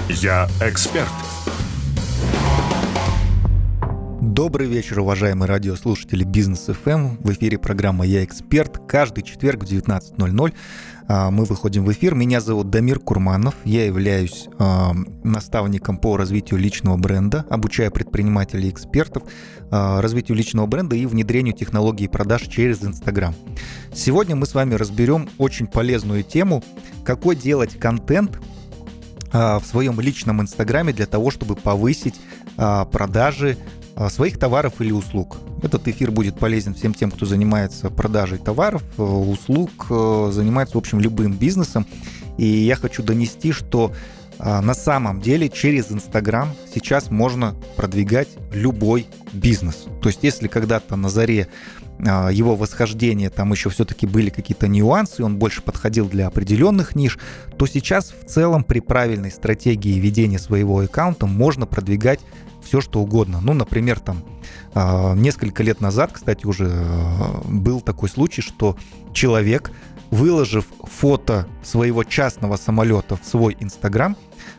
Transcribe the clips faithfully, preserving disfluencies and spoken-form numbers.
Я эксперт. Добрый вечер, уважаемые радиослушатели Бизнес эф эм. В эфире программа «Я эксперт». Каждый четверг в девятнадцать ноль ноль мы выходим в эфир. Меня зовут Дамир Курманов. Я являюсь наставником по развитию личного бренда, обучаю предпринимателей и экспертов развитию личного бренда и внедрению технологий продаж через Инстаграм. Сегодня мы с вами разберем очень полезную тему, какой делать контент в своем личном Инстаграме для того, чтобы повысить продажи своих товаров или услуг. Этот эфир будет полезен всем тем, кто занимается продажей товаров, услуг, занимается, в общем, любым бизнесом. И я хочу донести, что на самом деле через Инстаграм сейчас можно продвигать любой бизнес. То есть если когда-то на заре его восхождения там еще все-таки были какие-то нюансы, он больше подходил для определенных ниш, то сейчас в целом при правильной стратегии ведения своего аккаунта можно продвигать все, что угодно. Ну, например, там несколько лет назад, кстати, уже был такой случай, что человек, выложив фото своего частного самолета в свой Инстаграм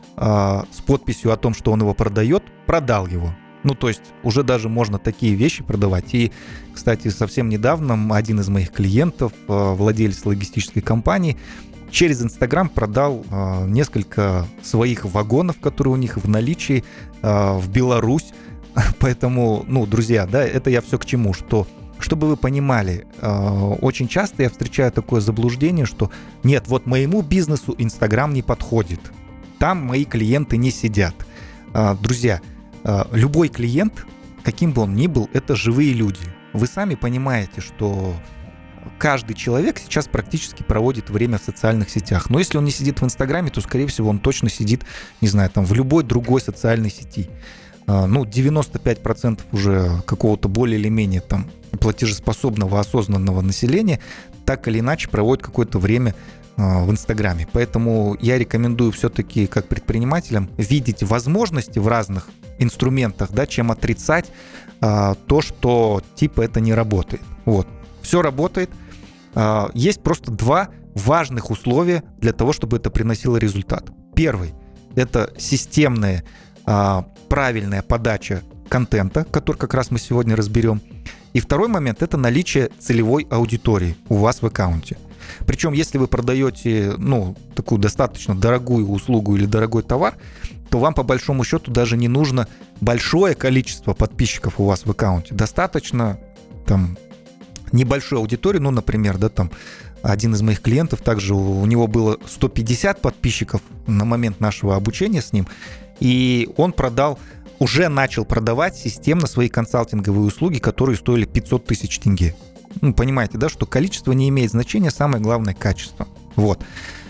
с подписью о том, что он его продает, продал его. Ну, то есть уже даже можно такие вещи продавать. И, кстати, совсем недавно один из моих клиентов, владелец логистической компании, через Инстаграм продал э, несколько своих вагонов, которые у них в наличии, э, в Беларусь. Поэтому, ну, друзья, да, это я все к чему, что, чтобы вы понимали, э, очень часто я встречаю такое заблуждение, что нет, вот моему бизнесу Инстаграм не подходит, там мои клиенты не сидят. Э, друзья, э, любой клиент, каким бы он ни был, это живые люди. Вы сами понимаете, что каждый человек сейчас практически проводит время в социальных сетях. Но если он не сидит в Инстаграме, то, скорее всего, он точно сидит, не знаю, там, в любой другой социальной сети. Ну, девяносто пять процентов уже какого-то более или менее там платежеспособного, осознанного населения так или иначе проводит какое-то время в Инстаграме. Поэтому я рекомендую все-таки как предпринимателям видеть возможности в разных инструментах, да, чем отрицать а, то, что типа это не работает. Вот. Все работает. Есть просто два важных условия для того, чтобы это приносило результат. Первый – это системная, правильная подача контента, который как раз мы сегодня разберем. И второй момент – это наличие целевой аудитории у вас в аккаунте. Причем, если вы продаете, ну, такую достаточно дорогую услугу или дорогой товар, то вам по большому счету даже не нужно большое количество подписчиков у вас в аккаунте. Достаточно там небольшой аудитории, ну, например, да, там один из моих клиентов, также у него было сто пятьдесят подписчиков на момент нашего обучения с ним, и он продал, уже начал продавать системно свои консалтинговые услуги, которые стоили пятьсот тысяч тенге. Ну, понимаете, да, что количество не имеет значения, самое главное – качество. Вот.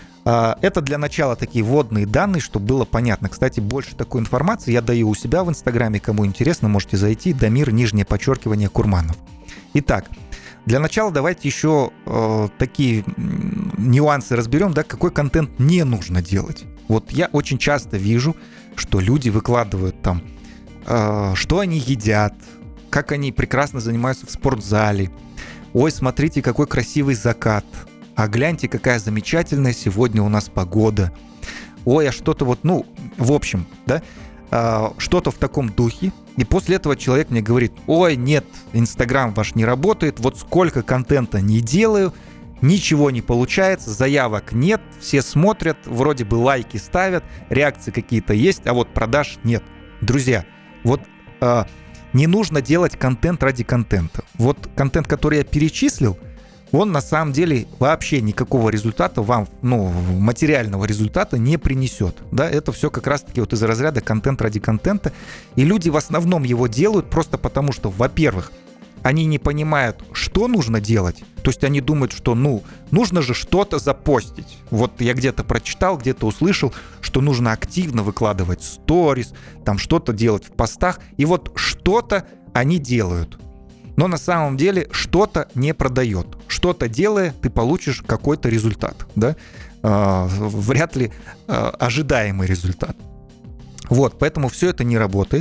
Это для начала такие вводные данные, чтобы было понятно. Кстати, больше такой информации я даю у себя в Инстаграме. Кому интересно, можете зайти. Дамир, нижнее подчеркивание, Курманов. Итак, для начала давайте еще э, такие нюансы разберем, да, какой контент не нужно делать. Вот я очень часто вижу, что люди выкладывают там, э, что они едят, как они прекрасно занимаются в спортзале. Ой, смотрите, какой красивый закат. А гляньте, какая замечательная сегодня у нас погода. Ой, а что-то вот, ну, в общем, да, э, что-то в таком духе. И после этого человек мне говорит: ой, нет, Инстаграм ваш не работает, вот сколько контента не делаю, ничего не получается, заявок нет, все смотрят, вроде бы лайки ставят, реакции какие-то есть, а вот продаж нет. Друзья, вот э, не нужно делать контент ради контента. Вот контент, который я перечислил, он на самом деле вообще никакого результата вам, ну, материального результата не принесет. Да? Это все как раз-таки вот из разряда контент ради контента. И люди в основном его делают просто потому, что, во-первых, они не понимают, что нужно делать. То есть они думают, что, ну, нужно же что-то запостить. Вот я где-то прочитал, где-то услышал, что нужно активно выкладывать сторис, там что-то делать в постах. И вот что-то они делают. Но на самом деле что-то не продает. Что-то делая, ты получишь какой-то результат. Да? Э, вряд ли э, ожидаемый результат. Вот, поэтому все это не работает.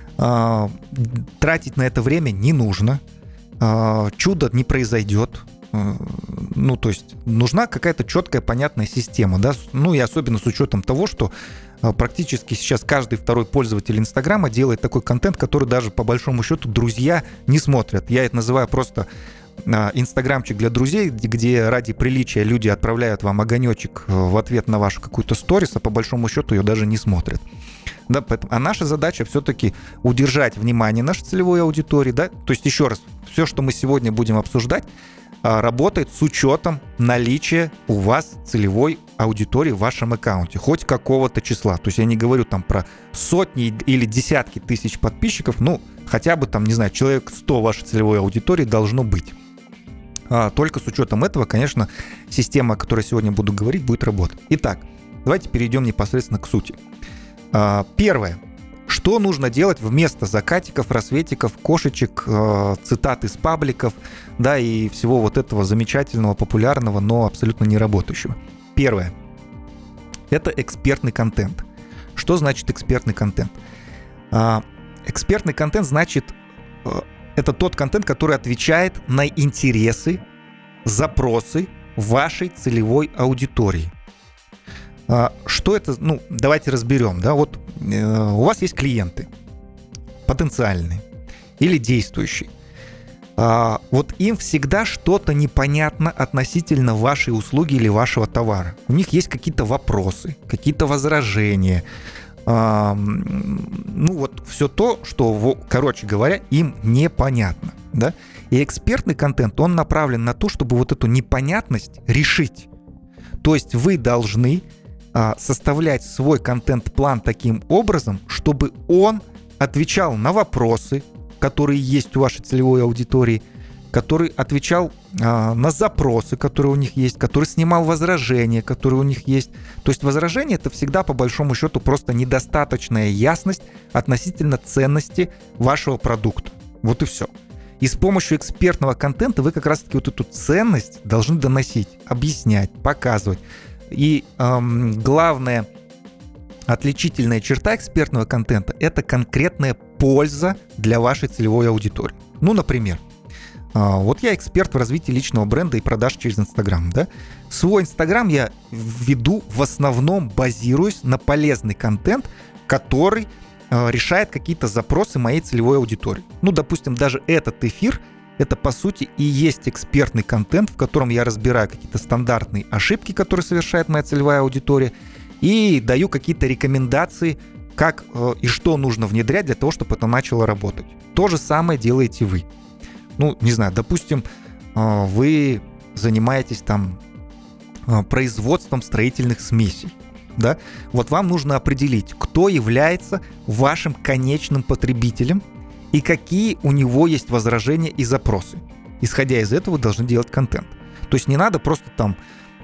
Э, тратить на это время не нужно. Э, чудо не произойдет. ну, то есть нужна какая-то четкая, понятная система, да, ну и особенно с учетом того, что практически сейчас каждый второй пользователь Инстаграма делает такой контент, который даже по большому счету друзья не смотрят. Я это называю просто инстаграмчик для друзей, где ради приличия люди отправляют вам огонечек в ответ на вашу какую-то сторис, а по большому счету ее даже не смотрят. Да, поэтому, а наша задача все-таки удержать внимание нашей целевой аудитории. Да? То есть еще раз, все, что мы сегодня будем обсуждать, работает с учетом наличия у вас целевой аудитории в вашем аккаунте, хоть какого-то числа. То есть я не говорю там про сотни или десятки тысяч подписчиков, ну, хотя бы там, не знаю, человек сто вашей целевой аудитории должно быть. А только с учетом этого, конечно, система, о которой сегодня буду говорить, будет работать. Итак, давайте перейдем непосредственно к сути. А, первое. Что нужно делать вместо закатиков, рассветиков, кошечек, э, цитат из пабликов, да, и всего вот этого замечательного, популярного, но абсолютно не работающего? Первое. Это экспертный контент. Что значит экспертный контент? Э, экспертный контент значит, э, это тот контент, который отвечает на интересы, запросы вашей целевой аудитории. Что это? Ну, давайте разберем. Да? Вот э, у вас есть клиенты потенциальные или действующие. А, вот им всегда что-то непонятно относительно вашей услуги или вашего товара. У них есть какие-то вопросы, какие-то возражения. А, ну, вот все то, что, короче говоря, им непонятно. Да? И экспертный контент, он направлен на то, чтобы вот эту непонятность решить. То есть вы должны составлять свой контент-план таким образом, чтобы он отвечал на вопросы, которые есть у вашей целевой аудитории, который отвечал а, на запросы, которые у них есть, который снимал возражения, которые у них есть. То есть возражение — это всегда, по большому счету, просто недостаточная ясность относительно ценности вашего продукта. Вот и все. И с помощью экспертного контента вы как раз-таки вот эту ценность должны доносить, объяснять, показывать. И эм, главная отличительная черта экспертного контента — это конкретная польза для вашей целевой аудитории. Ну, например, э, вот я эксперт в развитии личного бренда и продаж через Инстаграм. Да? Свой Инстаграм я веду в основном, базируясь на полезный контент, который э, решает какие-то запросы моей целевой аудитории. Ну, допустим, даже этот эфир — это, по сути, и есть экспертный контент, в котором я разбираю какие-то стандартные ошибки, которые совершает моя целевая аудитория, и даю какие-то рекомендации, как э, и что нужно внедрять для того, чтобы это начало работать. То же самое делаете вы. Ну, не знаю, допустим, э, вы занимаетесь там э, производством строительных смесей. Да? Вот вам нужно определить, кто является вашим конечным потребителем, и какие у него есть возражения и запросы. Исходя из этого, вы должны делать контент. То есть не надо просто там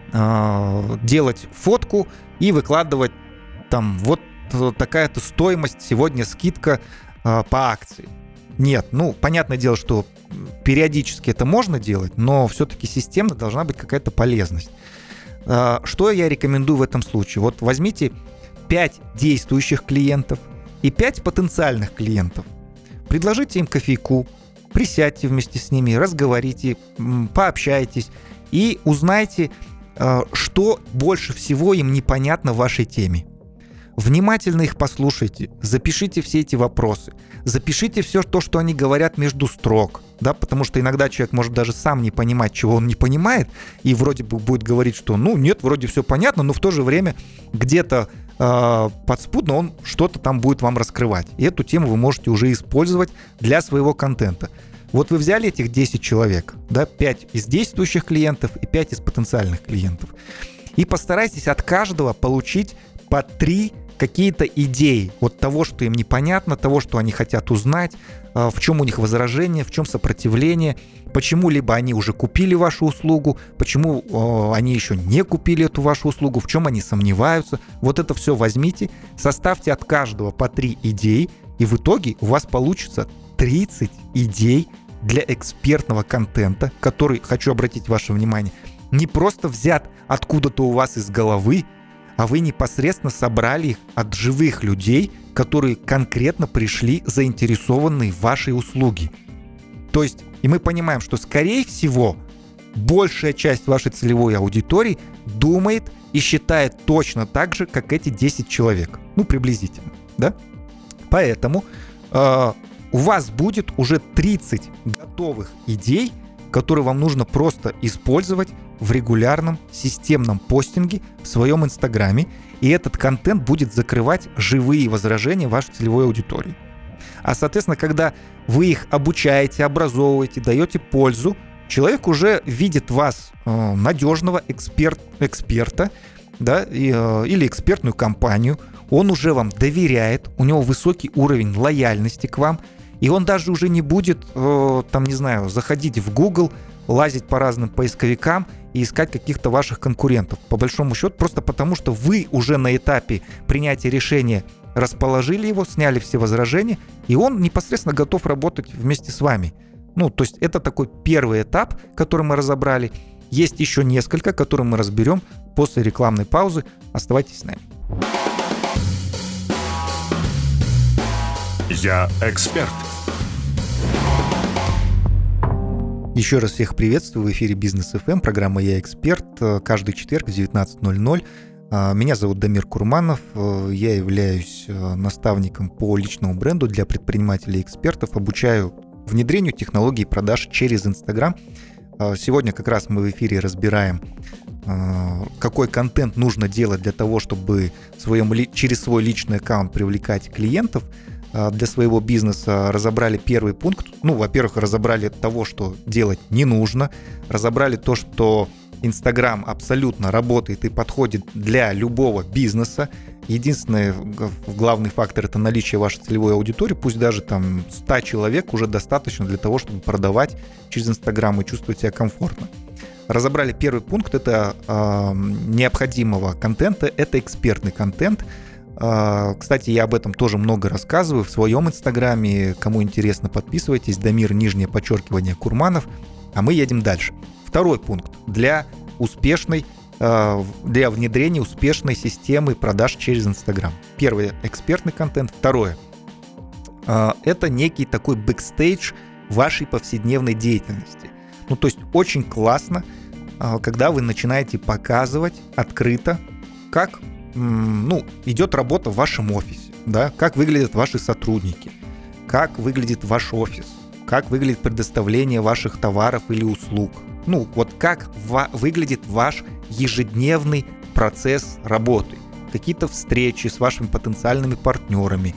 э, делать фотку и выкладывать там вот такая-то стоимость, сегодня скидка э, по акции. Нет, ну, понятное дело, что периодически это можно делать, но все-таки системно должна быть какая-то полезность. Э, что я рекомендую в этом случае? Вот возьмите пять действующих клиентов и пять потенциальных клиентов. Предложите им кофейку, присядьте вместе с ними, разговорите, пообщайтесь и узнайте, что больше всего им непонятно в вашей теме. Внимательно их послушайте, запишите все эти вопросы, запишите все то, что они говорят между строк, да, потому что иногда человек может даже сам не понимать, чего он не понимает, и вроде бы будет говорить, что ну нет, вроде все понятно, но в то же время где-то э, подспудно он что-то там будет вам раскрывать. И эту тему вы можете уже использовать для своего контента. Вот вы взяли этих десять человек, да, пять из действующих клиентов и пять из потенциальных клиентов, и постарайтесь от каждого получить по три какие-то идеи от того, что им непонятно, того, что они хотят узнать, в чем у них возражение, в чем сопротивление, почему либо они уже купили вашу услугу, почему они еще не купили эту вашу услугу, в чем они сомневаются. Вот это все возьмите, составьте от каждого по три идеи, и в итоге у вас получится тридцать идей для экспертного контента, который, хочу обратить ваше внимание, не просто взят откуда-то у вас из головы, а вы непосредственно собрали их от живых людей, которые конкретно пришли заинтересованные в вашей услуге. То есть, и мы понимаем, что, скорее всего, большая часть вашей целевой аудитории думает и считает точно так же, как эти десять человек. Ну, приблизительно, да? Поэтому э, у вас будет уже тридцать готовых идей, которые вам нужно просто использовать в регулярном системном постинге в своем Инстаграме, и этот контент будет закрывать живые возражения вашей целевой аудитории. А, соответственно, когда вы их обучаете, образовываете, даете пользу, человек уже видит вас э, надежного эксперт, эксперта, да, и, э, или экспертную компанию, он уже вам доверяет, у него высокий уровень лояльности к вам, и он даже уже не будет, э, там, не знаю, заходить в Google, лазить по разным поисковикам и искать каких-то ваших конкурентов. По большому счету, просто потому что вы уже на этапе принятия решения расположили его, сняли все возражения, и он непосредственно готов работать вместе с вами. Ну, то есть это такой первый этап, который мы разобрали. Есть еще несколько, которые мы разберем после рекламной паузы. Оставайтесь с нами. Я эксперт. Еще раз всех приветствую. В эфире Бизнес эф эм, программа «Я эксперт». Каждый четверг в девятнадцать ноль ноль. Меня зовут Дамир Курманов. Я являюсь наставником по личному бренду для предпринимателей и экспертов. Обучаю внедрению технологий продаж через Инстаграм. Сегодня как раз мы в эфире разбираем, какой контент нужно делать для того, чтобы в своем, через свой личный аккаунт привлекать клиентов для своего бизнеса. Разобрали первый пункт. Ну, во-первых, разобрали того, что делать не нужно. Разобрали то, что Инстаграм абсолютно работает и подходит для любого бизнеса. Единственный главный фактор — это наличие вашей целевой аудитории. Пусть даже там сто человек уже достаточно для того, чтобы продавать через Инстаграм и чувствовать себя комфортно. Разобрали первый пункт. Это э, необходимого контента. Это экспертный контент. Э, кстати, я об этом тоже много рассказываю в своем Инстаграме. Кому интересно, подписывайтесь. Дамир, нижнее подчеркивание, Курманов. А мы едем дальше. Второй пункт для успешной, для внедрения успешной системы продаж через Инстаграм. Первое — экспертный контент. Второе — это некий такой бэкстейдж вашей повседневной деятельности. Ну, то есть очень классно, когда вы начинаете показывать открыто, как, ну, идет работа в вашем офисе, да, как выглядят ваши сотрудники, как выглядит ваш офис, как выглядит предоставление ваших товаров или услуг. Ну, вот как ва- выглядит ваш ежедневный процесс работы. Какие-то встречи с вашими потенциальными партнерами,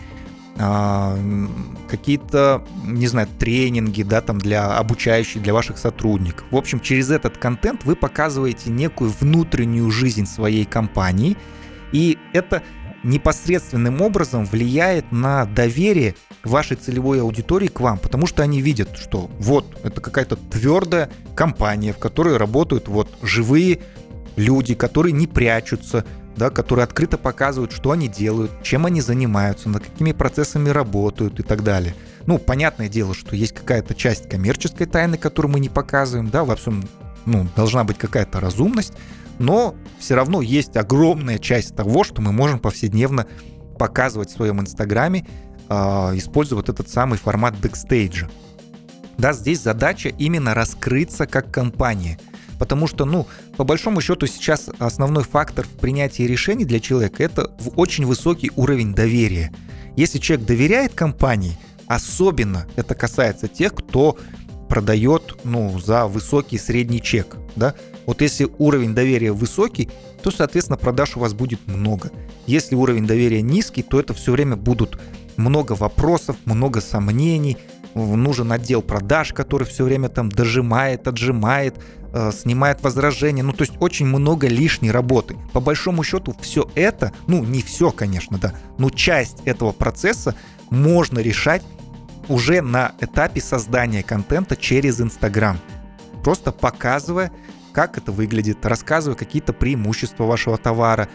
а, какие-то, не знаю, тренинги, да, там для обучающих, для ваших сотрудников. В общем, через этот контент вы показываете некую внутреннюю жизнь своей компании, и это непосредственным образом влияет на доверие вашей целевой аудитории к вам, потому что они видят, что вот это какая-то твердая компания, в которой работают вот живые люди, которые не прячутся, да, которые открыто показывают, что они делают, чем они занимаются, над какими процессами работают и так далее. Ну, понятное дело, что есть какая-то часть коммерческой тайны, которую мы не показываем, да, во всем, ну, должна быть какая-то разумность, но все равно есть огромная часть того, что мы можем повседневно показывать в своем Инстаграме, э, используя вот этот самый формат бэкстейджа. Да, здесь задача именно раскрыться как компания, потому что, ну, по большому счету сейчас основной фактор в принятии решений для человека — это очень высокий уровень доверия. Если человек доверяет компании, особенно это касается тех, кто продает, ну, за высокий средний чек, да. Вот если уровень доверия высокий, то, соответственно, продаж у вас будет много. Если уровень доверия низкий, то это все время будут много вопросов, много сомнений. Нужен отдел продаж, который все время там дожимает, отжимает, э, снимает возражения. Ну, то есть очень много лишней работы. По большому счету все это, ну, не все, конечно, да, но часть этого процесса можно решать уже на этапе создания контента через Инстаграм. Просто показывая, как это выглядит, рассказывая какие-то преимущества вашего товара,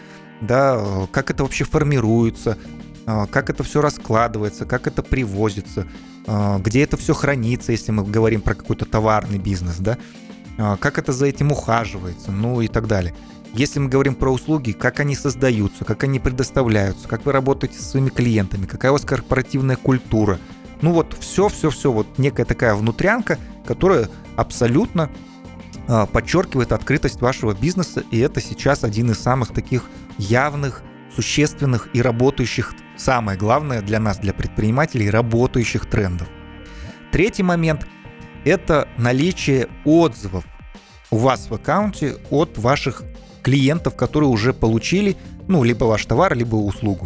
да, как это вообще формируется, как это все раскладывается, как это привозится, где это все хранится, если мы говорим про какой-то товарный бизнес, да, как это за этим ухаживается, ну и так далее. Если мы говорим про услуги, как они создаются, как они предоставляются, как вы работаете со своими клиентами, какая у вас корпоративная культура. Ну вот все-все-все, вот некая такая внутрянка, которая абсолютно подчеркивает открытость вашего бизнеса, и это сейчас один из самых таких явных, существенных и работающих, самое главное для нас, для предпринимателей, работающих трендов. Третий момент – это наличие отзывов у вас в аккаунте от ваших клиентов, которые уже получили, ну, либо ваш товар, либо услугу.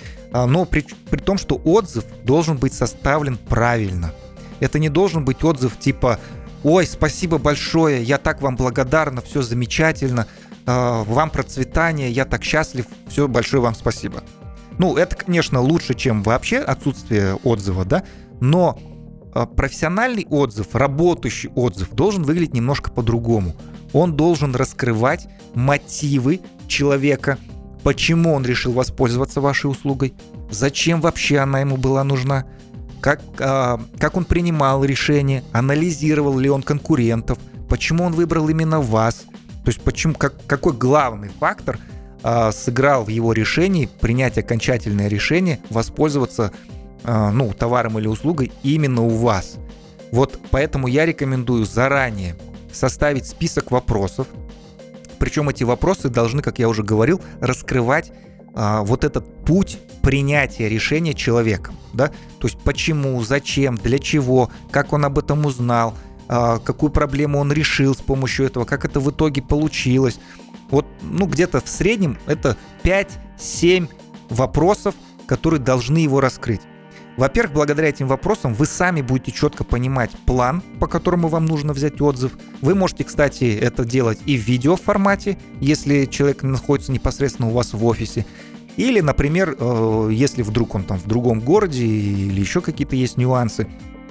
Но при, при том, что отзыв должен быть составлен правильно. Это не должен быть отзыв типа «Ой, спасибо большое, я так вам благодарна, все замечательно, вам процветания, я так счастлив, все, большое вам спасибо». Ну, это, конечно, лучше, чем вообще отсутствие отзыва, да, но профессиональный отзыв, работающий отзыв должен выглядеть немножко по-другому. Он должен раскрывать мотивы человека, почему он решил воспользоваться вашей услугой, зачем вообще она ему была нужна, как, а, как он принимал решение, анализировал ли он конкурентов, почему он выбрал именно вас, то есть почему, как, какой главный фактор а, сыграл в его решении принять окончательное решение воспользоваться а, ну, товаром или услугой именно у вас. Вот поэтому я рекомендую заранее составить список вопросов. Причем эти вопросы должны, как я уже говорил, раскрывать а, вот этот путь принятия решения человеком. Да? То есть почему, зачем, для чего, как он об этом узнал, а, какую проблему он решил с помощью этого, как это в итоге получилось. Вот, ну, где-то в среднем это пять-семь вопросов, которые должны его раскрыть. Во-первых, благодаря этим вопросам вы сами будете четко понимать план, по которому вам нужно взять отзыв. Вы можете, кстати, это делать и в видеоформате, если человек находится непосредственно у вас в офисе. Или, например, если вдруг он там в другом городе или еще какие-то есть нюансы,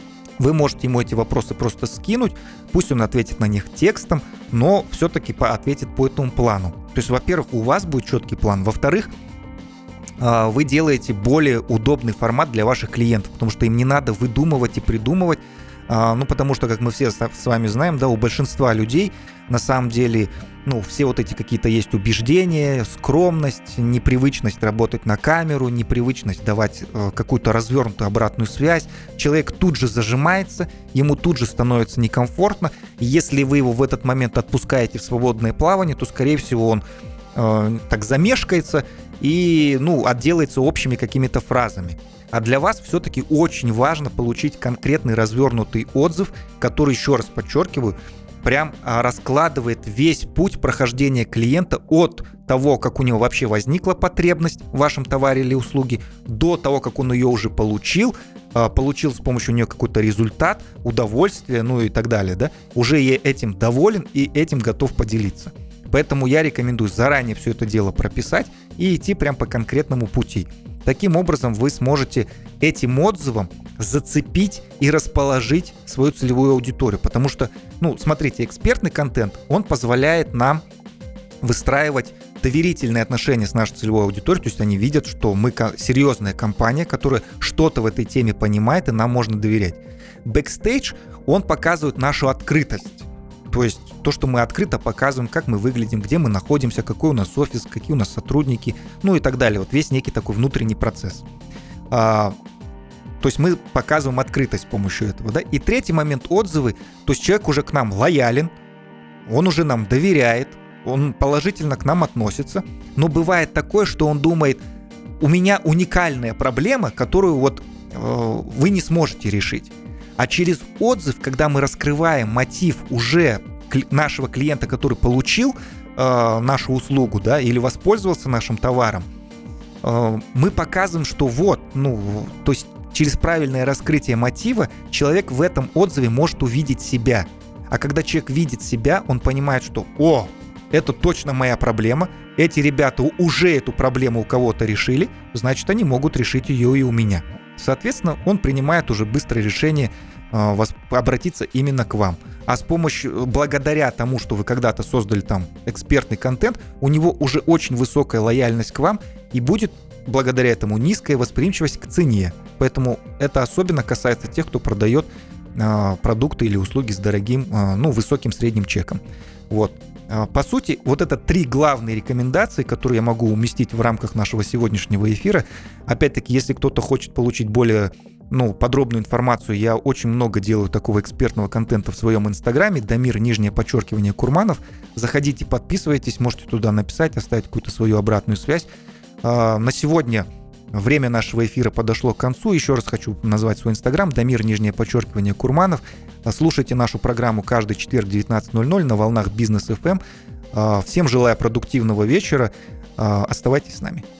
вы можете ему эти вопросы просто скинуть, пусть он ответит на них текстом, но все-таки ответит по этому плану. То есть, во-первых, у вас будет четкий план, во-вторых, вы делаете более удобный формат для ваших клиентов, потому что им не надо выдумывать и придумывать, ну, потому что, как мы все с вами знаем, да, у большинства людей на самом деле, ну, все вот эти какие-то есть убеждения, скромность, непривычность работать на камеру, непривычность давать какую-то развернутую обратную связь. Человек тут же зажимается, ему тут же становится некомфортно. Если вы его в этот момент отпускаете в свободное плавание, то, скорее всего, он э, так замешкается и, ну, отделается общими какими-то фразами. А для вас все-таки очень важно получить конкретный развернутый отзыв, который, еще раз подчеркиваю, прям раскладывает весь путь прохождения клиента от того, как у него вообще возникла потребность в вашем товаре или услуге, до того, как он ее уже получил, получил с помощью нее какой-то результат, удовольствие, ну и так далее, да, уже этим доволен и этим готов поделиться. Поэтому я рекомендую заранее все это дело прописать и идти прям по конкретному пути. Таким образом вы сможете этим отзывом зацепить и расположить свою целевую аудиторию. Потому что, ну, смотрите, экспертный контент, он позволяет нам выстраивать доверительные отношения с нашей целевой аудиторией. То есть они видят, что мы серьезная компания, которая что-то в этой теме понимает, и нам можно доверять. Бэкстейдж, он показывает нашу открытость. То есть то, что мы открыто показываем, как мы выглядим, где мы находимся, какой у нас офис, какие у нас сотрудники, ну и так далее. Вот весь некий такой внутренний процесс. А, то есть мы показываем открытость с помощью этого. Да? И третий момент — отзывы. То есть человек уже к нам лоялен, он уже нам доверяет, он положительно к нам относится. Но бывает такое, что он думает, у меня уникальная проблема, которую вот э, вы не сможете решить. А через отзыв, когда мы раскрываем мотив уже нашего клиента, который получил э, нашу услугу, да, или воспользовался нашим товаром, э, мы показываем, что вот, ну, то есть через правильное раскрытие мотива человек в этом отзыве может увидеть себя. А когда человек видит себя, он понимает, что «О, это точно моя проблема, эти ребята уже эту проблему у кого-то решили, значит, они могут решить ее и у меня». Соответственно, он принимает уже быстрое решение э, вас, обратиться именно к вам. А с помощью, благодаря тому, что вы когда-то создали там экспертный контент, у него уже очень высокая лояльность к вам и будет благодаря этому низкая восприимчивость к цене. Поэтому это особенно касается тех, кто продает э, продукты или услуги с дорогим, э, ну, высоким средним чеком. Вот. По сути, вот это три главные рекомендации, которые я могу уместить в рамках нашего сегодняшнего эфира. Опять-таки, если кто-то хочет получить более ну, подробную информацию, я очень много делаю такого экспертного контента в своем инстаграме, Дамир, нижнее подчеркивание, Курманов. Заходите, подписывайтесь, можете туда написать, оставить какую-то свою обратную связь. На сегодня время нашего эфира подошло к концу. Еще раз хочу назвать свой инстаграм, Дамир, нижнее подчеркивание, Курманов. Слушайте нашу программу каждый четверг в девятнадцать ноль ноль на волнах Бизнес эф эм. Всем желаю продуктивного вечера. Оставайтесь с нами.